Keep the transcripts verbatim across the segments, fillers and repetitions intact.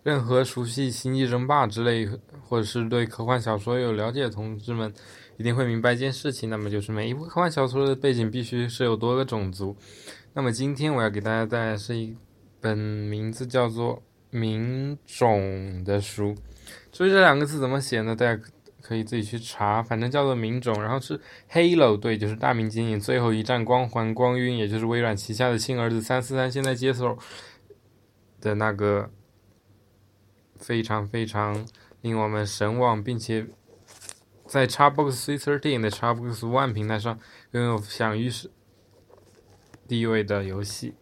任何熟悉《星际争霸》之类，或者是对科幻小说有了解的同志们，一定会明白一件事情，那么就是每一部科幻小说的背景必须是有多个种族。那么今天我要给大家带来是一本名字叫做《冥种》的书。至于这两个字怎么写呢？大家可以自己去查，反正叫做冥种。然后是 Halo， 对，就是大名鼎鼎最后一战光环光晕，也就是微软旗下的亲儿子三四三现在接手的那个非常非常令我们神往，并且在 Xbox 三十三的 Xbox One 平台上拥有享誉地位的游戏。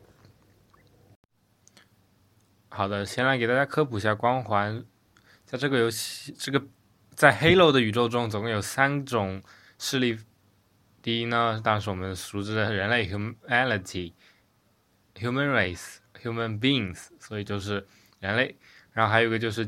好的，先来给大家科普一下光环。在这个游戏，这个在 Halo 的宇宙中，总共有三种势力。第一呢，当然是我们熟知的人类 humanity、human race、human beings， 所以就是人类。然后还有一个就是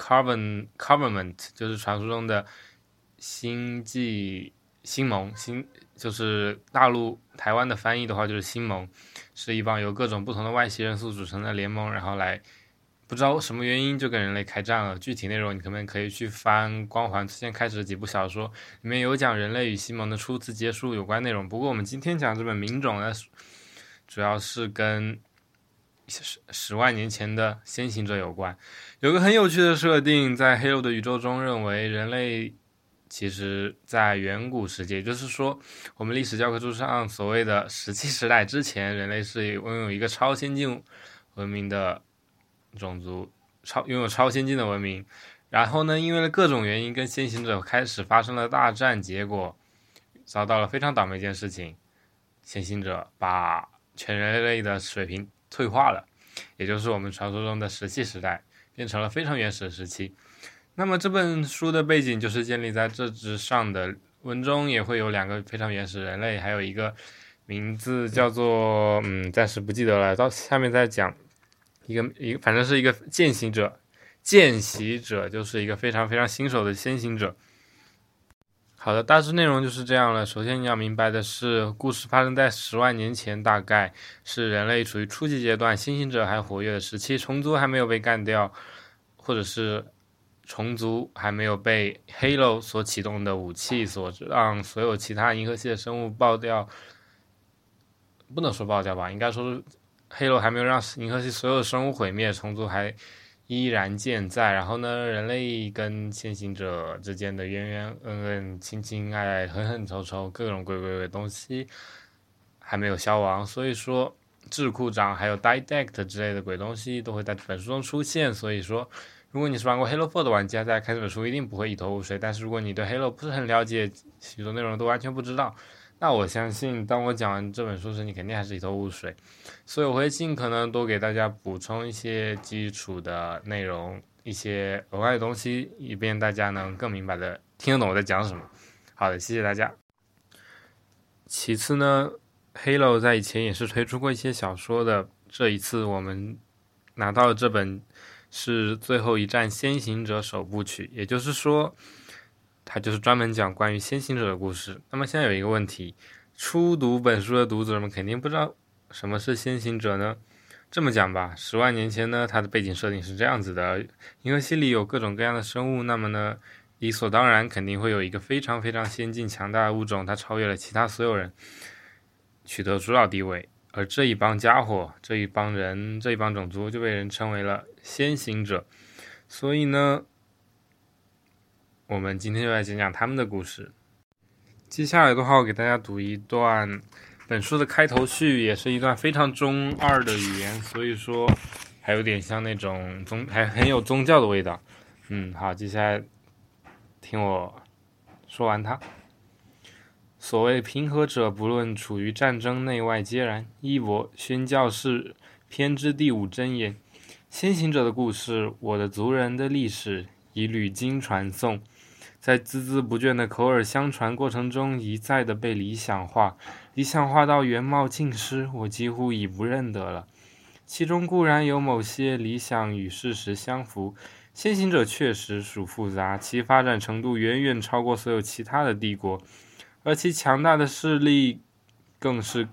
Coven Covenant， 就是传说中的星际星盟，星就是大陆台湾的翻译的话就是星盟，是一帮由各种不同的外星人素组成的联盟，然后来不知道什么原因就跟人类开战了。具体内容你可能可以去翻光环之前开始的几部小说，里面有讲人类与星盟的初次接触有关内容。不过我们今天讲这本冥种呢，主要是跟十十万年前的先行者有关。有个很有趣的设定，在 Halo 的宇宙中，认为人类其实在远古世界，也就是说我们历史教科书上所谓的石器时代之前，人类是拥有一个超先进文明的种族，超拥有超先进的文明。然后呢，因为了各种原因跟先行者开始发生了大战，结果遭到了非常倒霉一件事情，先行者把全人类的水平退化了，也就是我们传说中的石器时代，变成了非常原始的时期。那么这本书的背景就是建立在这之上的，文中也会有两个非常原始人类，还有一个名字叫做嗯，暂时不记得了，到下面再讲。一个一个，反正是一个见习者，见习者就是一个非常非常新手的先行者。好的，大致内容就是这样了。首先你要明白的是，故事发生在十万年前，大概是人类处于初级阶段，先行者还活跃的时期，虫族还没有被干掉，或者是虫族还没有被 Halo 所启动的武器所让所有其他银河系的生物爆掉，不能说爆掉吧，应该说是Halo 还没有让银河系所有生物毁灭，虫族还依然健在。然后呢，人类跟先行者之间的冤冤恩恩、亲亲爱爱、恨恨仇仇，各种鬼鬼鬼东西还没有消亡。所以说，智库长还有 Didact 之类的鬼东西都会在本书中出现。所以说，如果你是玩过 Halo 四的玩家，在看这本书一定不会一头雾水。但是如果你对 Halo 不是很了解，许多内容都完全不知道，那我相信当我讲完这本书时，你肯定还是一头雾水。所以我会尽可能多给大家补充一些基础的内容，一些额外的东西，以便大家能更明白的听得懂我在讲什么。好的，谢谢大家。其次呢， Halo 在以前也是推出过一些小说的，这一次我们拿到的这本是最后一战先行者首部曲，也就是说它就是专门讲关于先行者的故事。那么现在有一个问题，初读本书的读者们肯定不知道什么是先行者呢？这么讲吧，十万年前呢，它的背景设定是这样子的：银河系里有各种各样的生物，那么呢，理所当然肯定会有一个非常非常先进强大的物种，它超越了其他所有人，取得主导地位。而这一帮家伙，这一帮人，这一帮种族就被人称为了先行者。所以呢，我们今天就来讲讲他们的故事。接下来的话，我给大家读一段本书的开头序，也是一段非常中二的语言，所以说还有点像那种宗，还很有宗教的味道。嗯，好，接下来听我说完它。所谓平和者，不论处于战争内外皆然。一我宣教士篇之第五真言：先行者的故事，我的族人的历史，以屡经传颂，在孜孜不倦的口耳相传过程中，一再的被理想化，理想化到原貌尽失，我几乎已不认得了。其中固然有某些理想与事实相符，先行者确实属复杂，其发展程度远远超过所有其他的帝国，而其强大的势力更是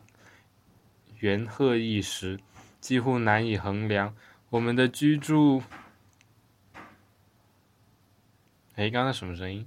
元赫一时，几乎难以衡量。我们的居住哎，刚才什么声音？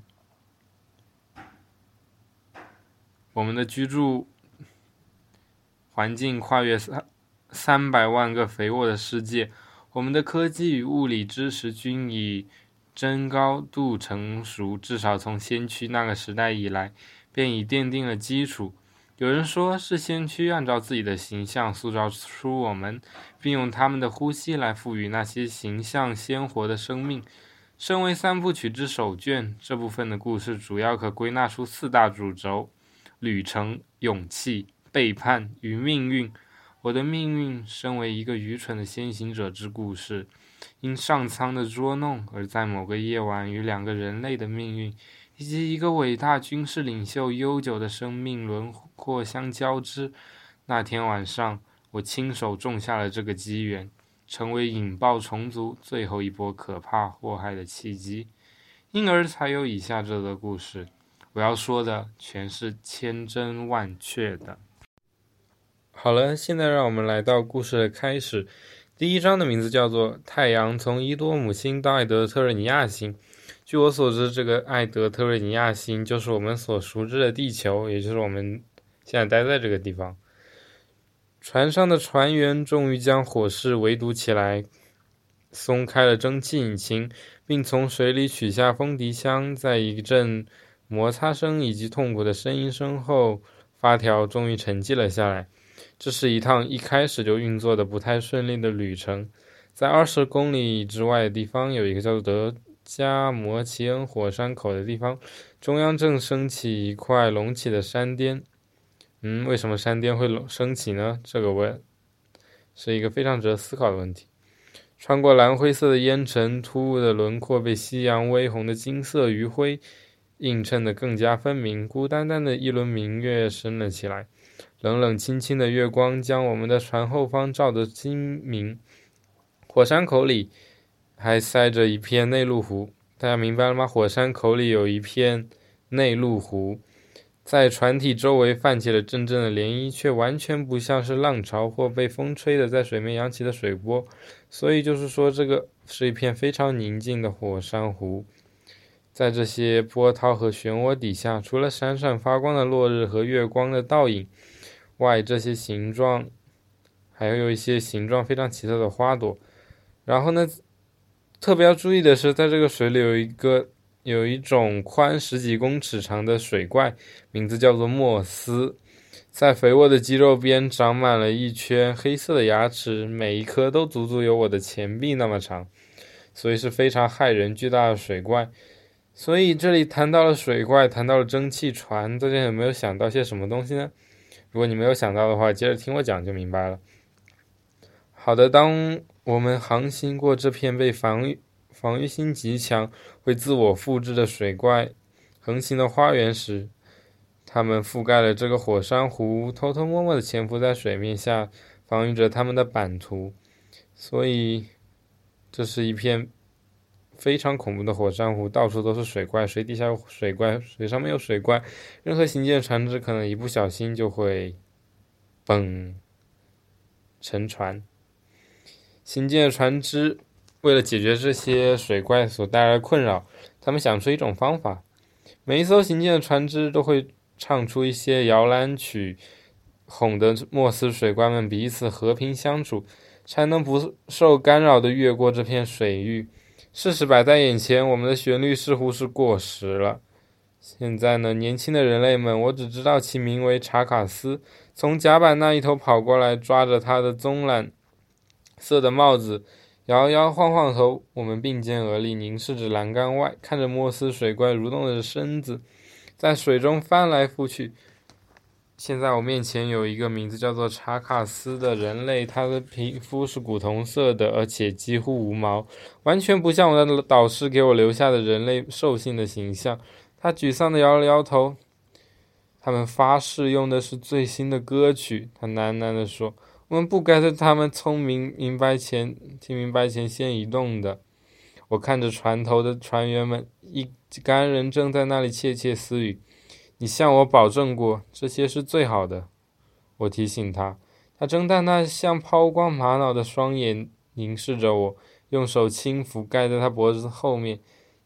我们的居住环境跨越三三百万个肥沃的世界，我们的科技与物理知识均以真高度成熟，至少从先驱那个时代以来，便已奠定了基础。有人说是先驱按照自己的形象塑造出我们，并用他们的呼吸来赋予那些形象鲜活的生命。身为三部曲之首卷，这部分的故事主要可归纳出四大主轴：旅程、勇气、背叛与命运。我的命运身为一个愚蠢的先行者之故事，因上苍的捉弄而在某个夜晚与两个人类的命运以及一个伟大军事领袖悠久的生命轮廓相交织。那天晚上，我亲手种下了这个机缘，成为引爆虫族最后一波可怕祸害的契机，因而才有以下这则故事。我要说的全是千真万确的。好了，现在让我们来到故事的开始。第一章的名字叫做太阳从伊多姆星到艾德特瑞尼亚星。据我所知，这个艾德特瑞尼亚星就是我们所熟知的地球，也就是我们现在待在这个地方。船上的船员终于将火势围堵起来，松开了蒸汽引擎，并从水里取下风笛箱。在一阵摩擦声以及痛苦的呻吟声后，发条终于沉寂了下来。这是一趟一开始就运作的不太顺利的旅程。在二十公里之外的地方，有一个叫做德加摩奇恩火山口的地方，中央正升起一块隆起的山巅。嗯，为什么山巅会升起呢？这个问是一个非常值得思考的问题。穿过蓝灰色的烟尘，突兀的轮廓被夕阳微红的金色余晖映衬得更加分明。孤单单的一轮明月升了起来，冷冷清清的月光将我们的船后方照得精明。火山口里还塞着一片内陆湖，大家明白了吗？火山口里有一片内陆湖，在船体周围泛起了阵阵的涟漪，却完全不像是浪潮或被风吹的在水面扬起的水波。所以就是说，这个是一片非常宁静的火山湖。在这些波涛和漩涡底下，除了闪闪发光的落日和月光的倒影外，这些形状还有一些形状非常奇特的花朵。然后呢，特别要注意的是，在这个水里有一个有一种宽十几公尺长的水怪，名字叫做莫斯。在肥沃的肌肉边长满了一圈黑色的牙齿，每一颗都足足有我的前臂那么长，所以是非常骇人巨大的水怪。所以这里谈到了水怪，谈到了蒸汽船，大家有没有想到些什么东西呢？如果你没有想到的话，接着听我讲就明白了。好的，当我们航行过这片被防御防御性极强、会自我复制的水怪横行的花园时，它们覆盖了这个火山湖，偷偷摸摸地潜伏在水面下，防御着它们的版图。所以这是一片非常恐怖的火山湖，到处都是水怪，水底下有水怪，水上面有水怪，任何行进的船只可能一不小心就会嘣沉船。行进的船只为了解决这些水怪所带来的困扰，他们想出一种方法。每一艘行进的船只都会唱出一些摇篮曲，哄得莫斯水怪们彼此和平相处，才能不受干扰地越过这片水域。事实摆在眼前，我们的旋律似乎是过时了。现在呢，年轻的人类们，我只知道其名为查卡斯，从甲板那一头跑过来，抓着他的棕蓝色的帽子，摇摇晃晃头。我们并肩而立，凝视着栏杆外，看着莫斯水怪蠕动的身子在水中翻来覆去。现在我面前有一个名字叫做查卡斯的人类，他的皮肤是古铜色的，而且几乎无毛，完全不像我的导师给我留下的人类兽性的形象。他沮丧地摇了摇头。他们发誓用的是最新的歌曲，他喃喃地说，我们不该在他们聪明明白前听明白前先移动的。我看着船头的船员们，一干人正在那里窃窃私语。你向我保证过，这些是最好的，我提醒他。他睁大那像抛光玛瑙的双眼凝视着我，用手轻抚盖在他脖子后面。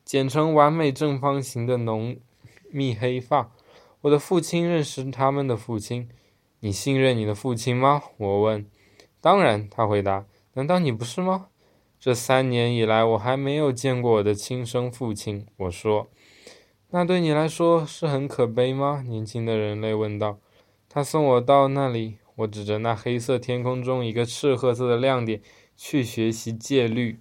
剪成完美正方形的浓密黑发。我的父亲认识他们的父亲。你信任你的父亲吗？我问。当然，他回答。难道你不是吗？这三年以来，我还没有见过我的亲生父亲，我说。那对你来说是很可悲吗？年轻的人类问道。他送我到那里，我指着那黑色天空中一个赤褐色的亮点，去学习戒律。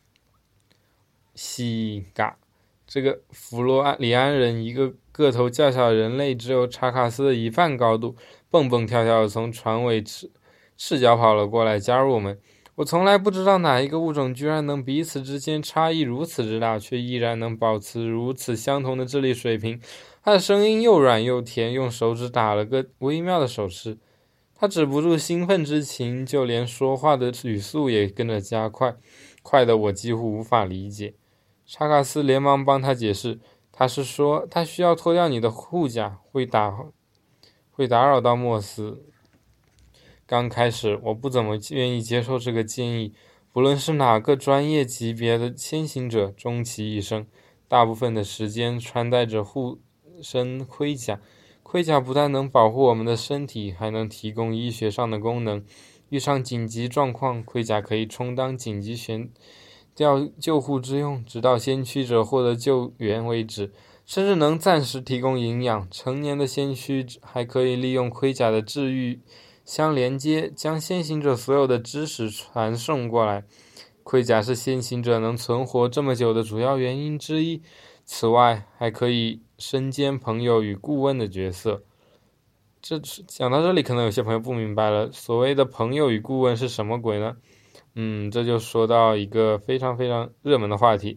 西嘎，这个弗洛里安人，一个个头较小的人类，只有查卡斯的一半高度，蹦蹦跳跳的从船尾赤赤脚跑了过来，加入我们。我从来不知道哪一个物种居然能彼此之间差异如此之大，却依然能保持如此相同的智力水平。他的声音又软又甜，用手指打了个微妙的手势。他止不住兴奋之情，就连说话的语速也跟着加快，快得我几乎无法理解。查卡斯连忙帮他解释，他是说他需要脱掉你的护甲，会打会打扰到莫斯。刚开始我不怎么愿意接受这个建议，不论是哪个专业级别的先行者，终其一生大部分的时间穿戴着护身盔甲。盔甲不但能保护我们的身体，还能提供医学上的功能。遇上紧急状况，盔甲可以充当紧急悬吊救护之用，直到先驱者获得救援为止，甚至能暂时提供营养。成年的先驱还可以利用盔甲的治愈相连接，将先行者所有的知识传送过来。盔甲是先行者能存活这么久的主要原因之一。此外，还可以身兼朋友与顾问的角色。这讲到这里，可能有些朋友不明白了，所谓的朋友与顾问是什么鬼呢？嗯，这就说到一个非常非常热门的话题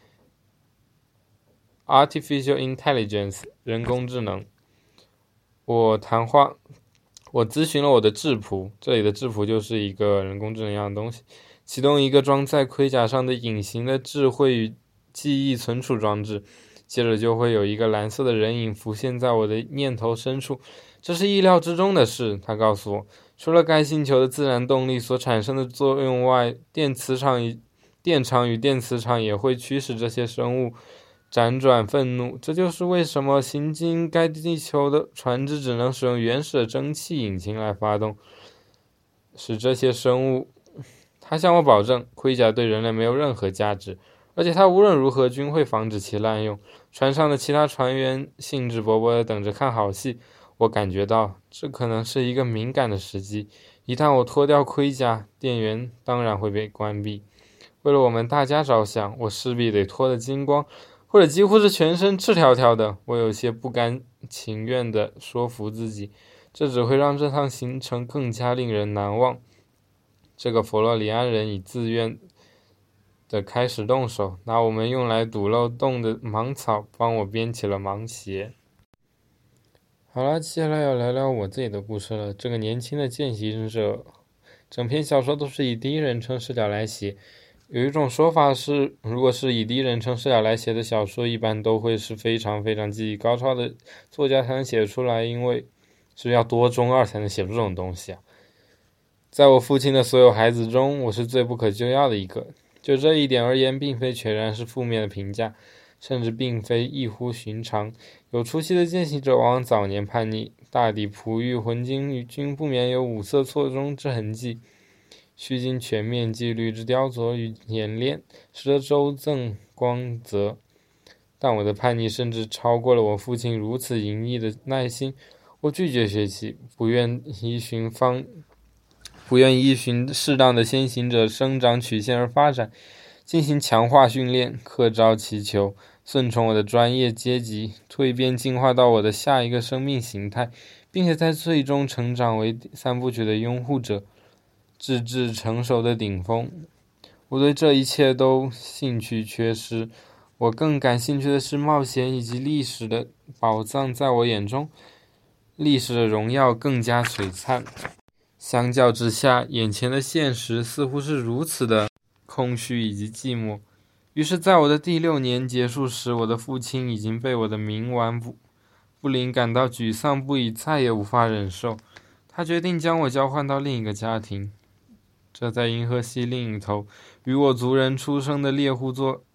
Artificial Intelligence 人工智能。我谈话我咨询了我的质谱，这里的质谱就是一个人工智能一样的东西，启动一个装在盔甲上的隐形的智慧与记忆存储装置，接着就会有一个蓝色的人影浮现在我的念头深处。这是意料之中的事，他告诉我。除了该星球的自然动力所产生的作用外，电磁场与电场与电磁场也会驱使这些生物辗转愤怒。这就是为什么行经该地球的船只只能使用原始的蒸汽引擎来发动，使这些生物。他向我保证，盔甲对人类没有任何价值，而且他无论如何均会防止其滥用。船上的其他船员兴致勃勃地等着看好戏。我感觉到这可能是一个敏感的时机，一旦我脱掉盔甲，电源当然会被关闭。为了我们大家着想，我势必得脱得精光，或者几乎是全身赤条条的。我有些不甘情愿地说服自己，这只会让这趟行程更加令人难忘。这个佛罗里安人以自愿的开始动手，拿我们用来堵漏洞的芒草帮我编起了芒鞋。好了，接下来要聊聊我自己的故事了。这个年轻的践行者，整篇小说都是以第一人称视角来写。有一种说法是，如果是以第一人称视角来写的小说，一般都会是非常非常技艺高超的作家才能写出来，因为是要多中二才能写出这种东西啊。在我父亲的所有孩子中，我是最不可救药的一个。就这一点而言，并非全然是负面的评价，甚至并非异乎寻常。有出息的践行者往往早年叛逆，大抵璞玉浑金均不免有五色错综之痕迹。须经全面纪律之雕琢与演练，使得周正光泽。但我的叛逆甚至超过了我父亲如此淫逸的耐心。我拒绝学习，不愿依循方，不愿依循适当的先行者生长曲线而发展，进行强化训练，克招祈求。顺从我的专业阶级，蜕变进化到我的下一个生命形态，并且在最终成长为三部曲的拥护者，智智成熟的顶峰。我对这一切都兴趣缺失，我更感兴趣的是冒险以及历史的宝藏。在我眼中，历史的荣耀更加璀璨。相较之下，眼前的现实似乎是如此的空虚以及寂寞。于是在我的第六年结束时，我的父亲已经被我的冥顽不不灵感到沮丧不已，再也无法忍受。他决定将我交换到另一个家庭，这在银河系另一头，与我族人出生的猎户座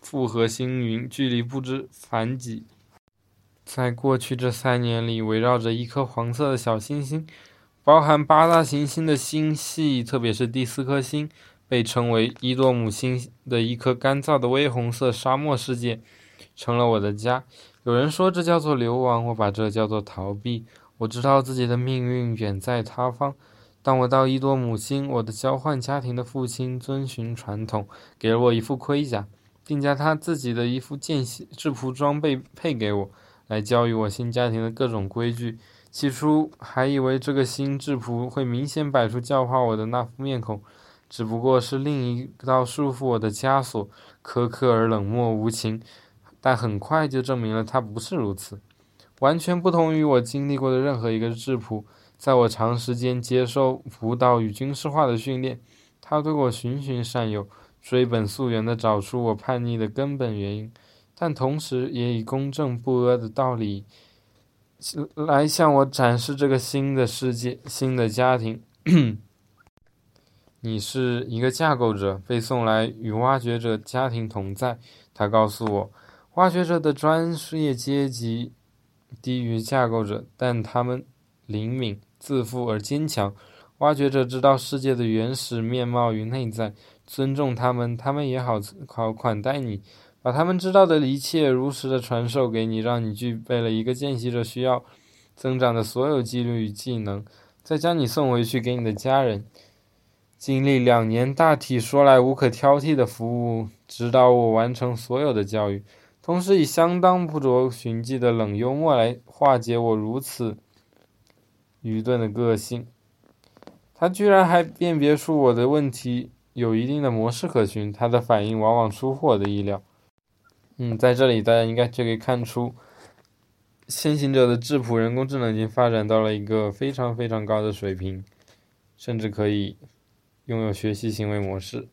复合星云，距离不知凡几。在过去这三年里，围绕着一颗黄色的小星星，包含八大行星的星系，特别是第四颗星，被称为伊多姆星的一颗干燥的微红色沙漠世界，成了我的家。有人说这叫做流亡，我把这叫做逃避。我知道自己的命运远在他方。当我到伊多姆星，我的交换家庭的父亲遵循传统，给了我一副盔甲，并将他自己的一副剑制服装备配给我，来教育我新家庭的各种规矩。起初还以为这个新制服会明显摆出教化我的那副面孔，只不过是另一道束缚我的枷锁，苛刻而冷漠无情。但很快就证明了它不是如此，完全不同于我经历过的任何一个制服。在我长时间接受辅导与军事化的训练，他对我循循善诱，追本溯源地找出我叛逆的根本原因，但同时也以公正不阿的道理来向我展示这个新的世界、新的家庭。你是一个架构者，被送来与挖掘者家庭同在。他告诉我，挖掘者的专业阶级低于架构者，但他们灵敏、自负而坚强。挖掘者知道世界的原始面貌与内在，尊重他们，他们也好好款待你，把他们知道的一切如实的传授给你，让你具备了一个见习者需要增长的所有纪律与技能，再将你送回去给你的家人。经历两年大体说来无可挑剔的服务，指导我完成所有的教育，同时以相当不着寻迹的冷幽默来化解我如此愚钝的个性。他居然还辨别出我的问题有一定的模式可循，他的反应往往出乎我的意料。嗯，在这里大家应该就可以看出，先行者的质朴人工智能已经发展到了一个非常非常高的水平，甚至可以拥有学习行为模式。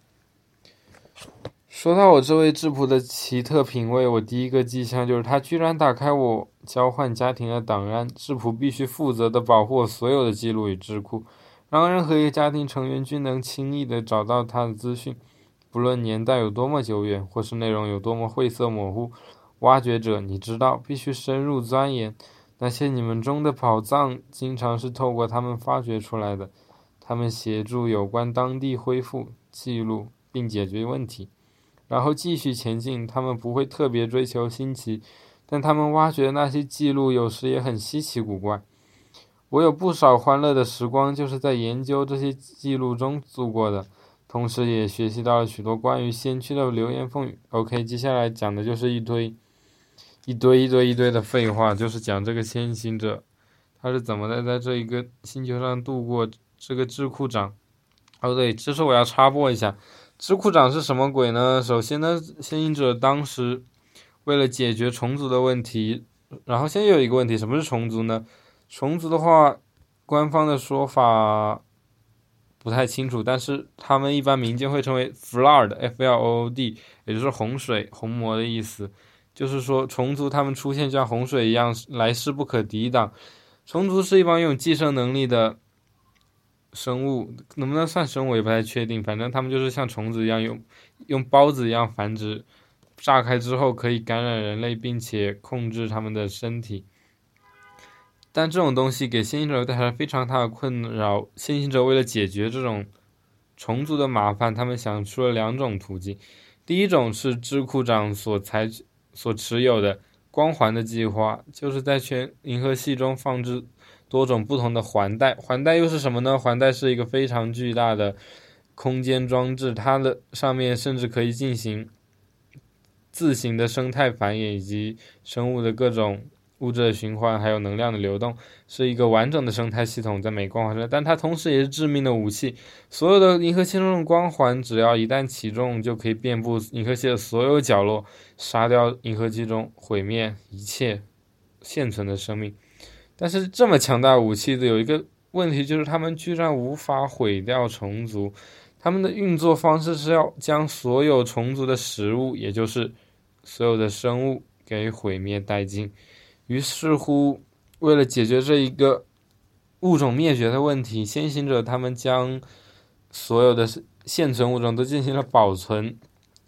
说到我这位质朴的奇特品味，我第一个迹象就是他居然打开我交换家庭的档案。质朴必须负责地保护我所有的记录与智库，让任何一个家庭成员均能轻易地找到他的资讯，不论年代有多么久远，或是内容有多么晦涩模糊。挖掘者，你知道，必须深入钻研，那些你们中的宝藏经常是透过他们发掘出来的。他们协助有关当地恢复、记录并解决问题，然后继续前进。他们不会特别追求新奇，但他们挖掘那些记录有时也很稀奇古怪。我有不少欢乐的时光就是在研究这些记录中度过的，同时也学习到了许多关于先驱的流言风语。 OK， 接下来讲的就是一堆一堆一堆一堆的废话，就是讲这个先行者他是怎么在在这一个星球上度过。这个智库长，哦对，这是我要插播一下，智库长是什么鬼呢？首先呢，先行者当时为了解决虫族的问题，然后先有一个问题，什么是虫族呢？虫族的话，官方的说法不太清楚，但是他们一般民间会称为 flood F L O O D， 也就是洪水、洪魔的意思。就是说虫族他们出现像洪水一样，来势不可抵挡。虫族是一帮拥有寄生能力的生物，能不能算生物我也不太确定，反正他们就是像虫子一样，用用孢子一样繁殖，炸开之后可以感染人类，并且控制他们的身体。但这种东西给先行者带来非常大的困扰，先行者为了解决这种虫族的麻烦，他们想出了两种途径。第一种是智库长所采取所持有的光环的计划，就是在全银河系中放置多种不同的环带。环带又是什么呢？环带是一个非常巨大的空间装置，它的上面甚至可以进行自行的生态繁衍以及生物的各种物质的循环，还有能量的流动，是一个完整的生态系统在每光环上，但它同时也是致命的武器。所有的银河系中的光环只要一旦起重，就可以遍布银河系的所有角落，杀掉银河系中毁灭一切现存的生命。但是这么强大的武器有一个问题，就是他们居然无法毁掉虫族。他们的运作方式是要将所有虫族的食物，也就是所有的生物给毁灭殆尽。于是乎，为了解决这一个物种灭绝的问题，先行者他们将所有的现存物种都进行了保存，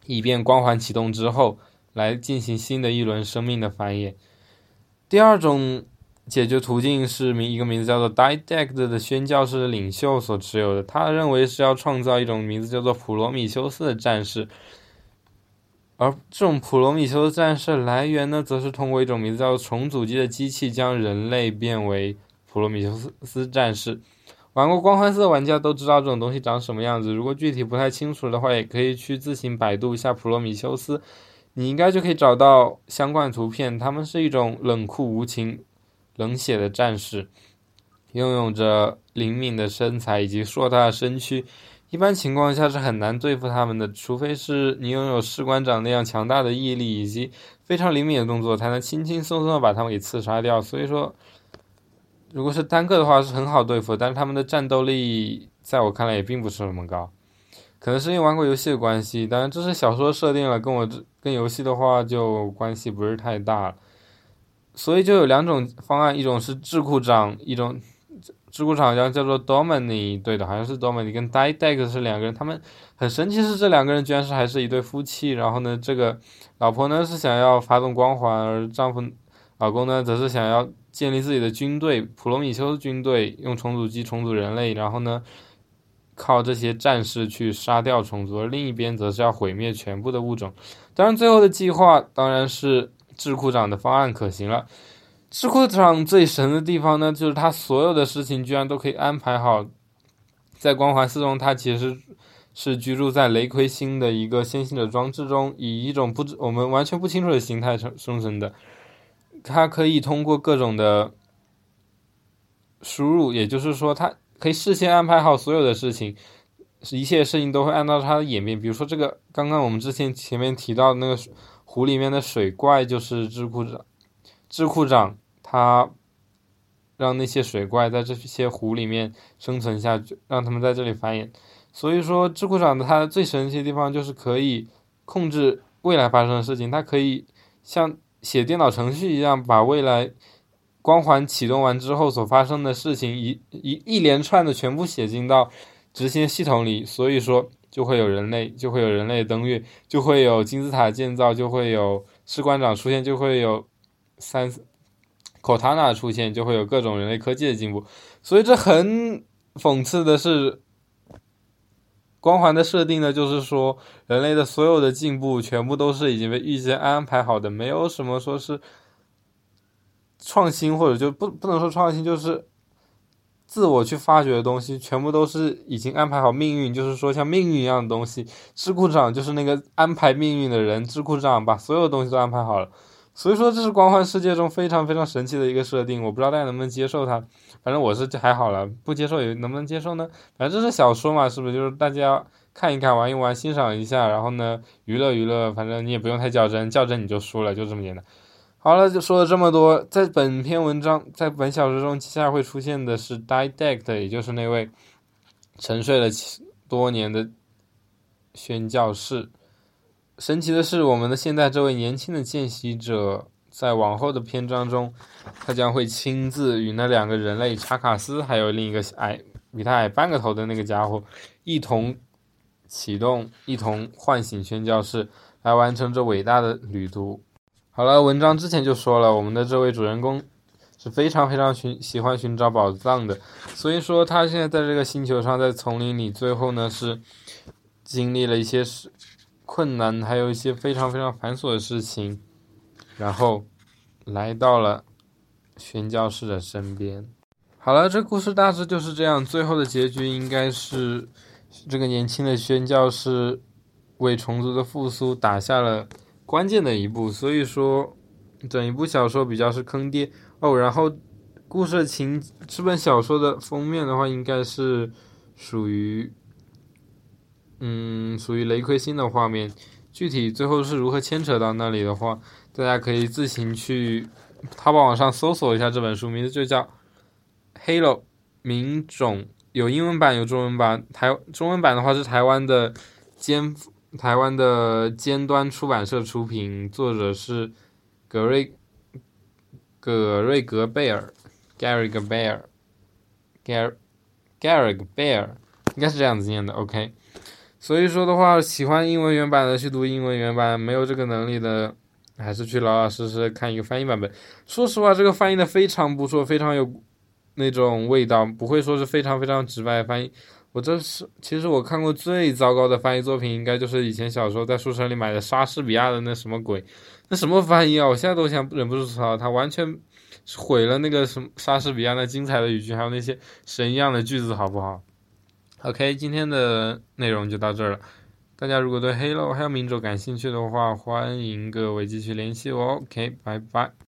以便光环启动之后来进行新的一轮生命的繁衍。第二种解决途径是一个名字叫做 Didact 的宣教士领袖所持有的，他认为是要创造一种名字叫做普罗米修斯的战士，而这种普罗米修斯战士来源呢，则是通过一种名字叫做重组机的机器将人类变为普罗米修斯战士。玩过光环四的玩家都知道这种东西长什么样子，如果具体不太清楚的话，也可以去自行百度一下普罗米修斯，你应该就可以找到相关图片。他们是一种冷酷无情、冷血的战士，拥有着灵敏的身材以及硕大的身躯，一般情况下是很难对付他们的，除非是你拥有士官长那样强大的毅力以及非常灵敏的动作，才能轻轻松松的把他们给刺杀掉。所以说如果是单个的话是很好对付，但是他们的战斗力在我看来也并不是那么高，可能是因为玩过游戏的关系，当然这是小说设定了，跟我跟游戏的话就关系不是太大了。所以就有两种方案，一种是智库长，一种智库长叫做 Domini， 对的，好像是 Domini 跟 Didact 是两个人，他们很神奇是这两个人居然是还是一对夫妻。然后呢，这个老婆呢是想要发动光环，而丈夫老公呢则是想要建立自己的军队，普罗米修斯军队，用重组机重组人类，然后呢靠这些战士去杀掉虫族，而另一边则是要毁灭全部的物种。当然最后的计划当然是智库长的方案可行了。智库长最神的地方呢，就是他所有的事情居然都可以安排好。在光环四中，他其实是居住在雷奎星的一个先行者装置中，以一种不知我们完全不清楚的形态生成的。他可以通过各种的输入，也就是说他可以事先安排好所有的事情，一切事情都会按照他的演变。比如说这个刚刚我们之前前面提到的那个湖里面的水怪，就是智库长智库长他让那些水怪在这些湖里面生存下去，让他们在这里繁衍。所以说智库长的他最神奇的地方就是可以控制未来发生的事情，他可以像写电脑程序一样，把未来光环启动完之后所发生的事情一一一连串的全部写进到执行系统里。所以说就会有人类，就会有人类登月，就会有金字塔建造，就会有士官长出现，就会有三口塔纳出现，就会有各种人类科技的进步。所以这很讽刺的是，光环的设定呢，就是说人类的所有的进步全部都是已经被预先安排好的，没有什么说是创新，或者就不不能说创新，就是自我去发掘的东西，全部都是已经安排好命运，就是说像命运一样的东西。智库长就是那个安排命运的人，智库长把所有东西都安排好了。所以说这是光环世界中非常非常神奇的一个设定，我不知道大家能不能接受它。反正我是还好了，不接受也能不能接受呢？反正这是小说嘛，是不是？就是大家看一看，玩一玩，欣赏一下，然后呢娱乐娱乐，反正你也不用太较真，较真你就输了，就这么简单。好了，就说了这么多。在本篇文章，在本小说中，接下来会出现的是 Didact， 也就是那位沉睡了多年的宣教士。神奇的是，我们的现在这位年轻的见习者，在往后的篇章中，他将会亲自与那两个人类查卡斯，还有另一个矮比他矮半个头的那个家伙，一同启动，一同唤醒宣教士，来完成这伟大的旅途。好了，文章之前就说了，我们的这位主人公是非常非常寻喜欢寻找宝藏的，所以说他现在在这个星球上，在丛林里，最后呢是经历了一些困难，还有一些非常非常繁琐的事情，然后来到了宣教士的身边。好了，这故事大致就是这样，最后的结局应该是这个年轻的宣教士为虫族的复苏打下了关键的一步。所以说整一部小说比较是坑爹哦。然后故事情这本小说的封面的话，应该是属于嗯属于雷奎星的画面，具体最后是如何牵扯到那里的话，大家可以自行去淘宝网上搜索一下这本书，名字就叫 Halo 民种，有英文版有中文版，台中文版的话是台湾的尖台湾的尖端出版社出品，作者是格瑞葛瑞格贝尔 Gary Bear Gary Gary Bear 应该是这样子念的 OK。 所以说的话，喜欢英文原版的去读英文原版，没有这个能力的，还是去老老实实看一个翻译版本。说实话，这个翻译的非常不错，非常有那种味道，不会说是非常非常直白的翻译。我这是其实我看过最糟糕的翻译作品，应该就是以前小时候在书城里买的莎士比亚的那什么鬼，那什么翻译啊！我现在都想忍不住吐槽，他完全毁了那个什么莎士比亚那精彩的语句，还有那些神一样的句子，好不好？OK，今天的内容就到这儿了。大家如果对 Halo 还有名咒感兴趣的话，欢迎各位继续联系我。OK，拜拜。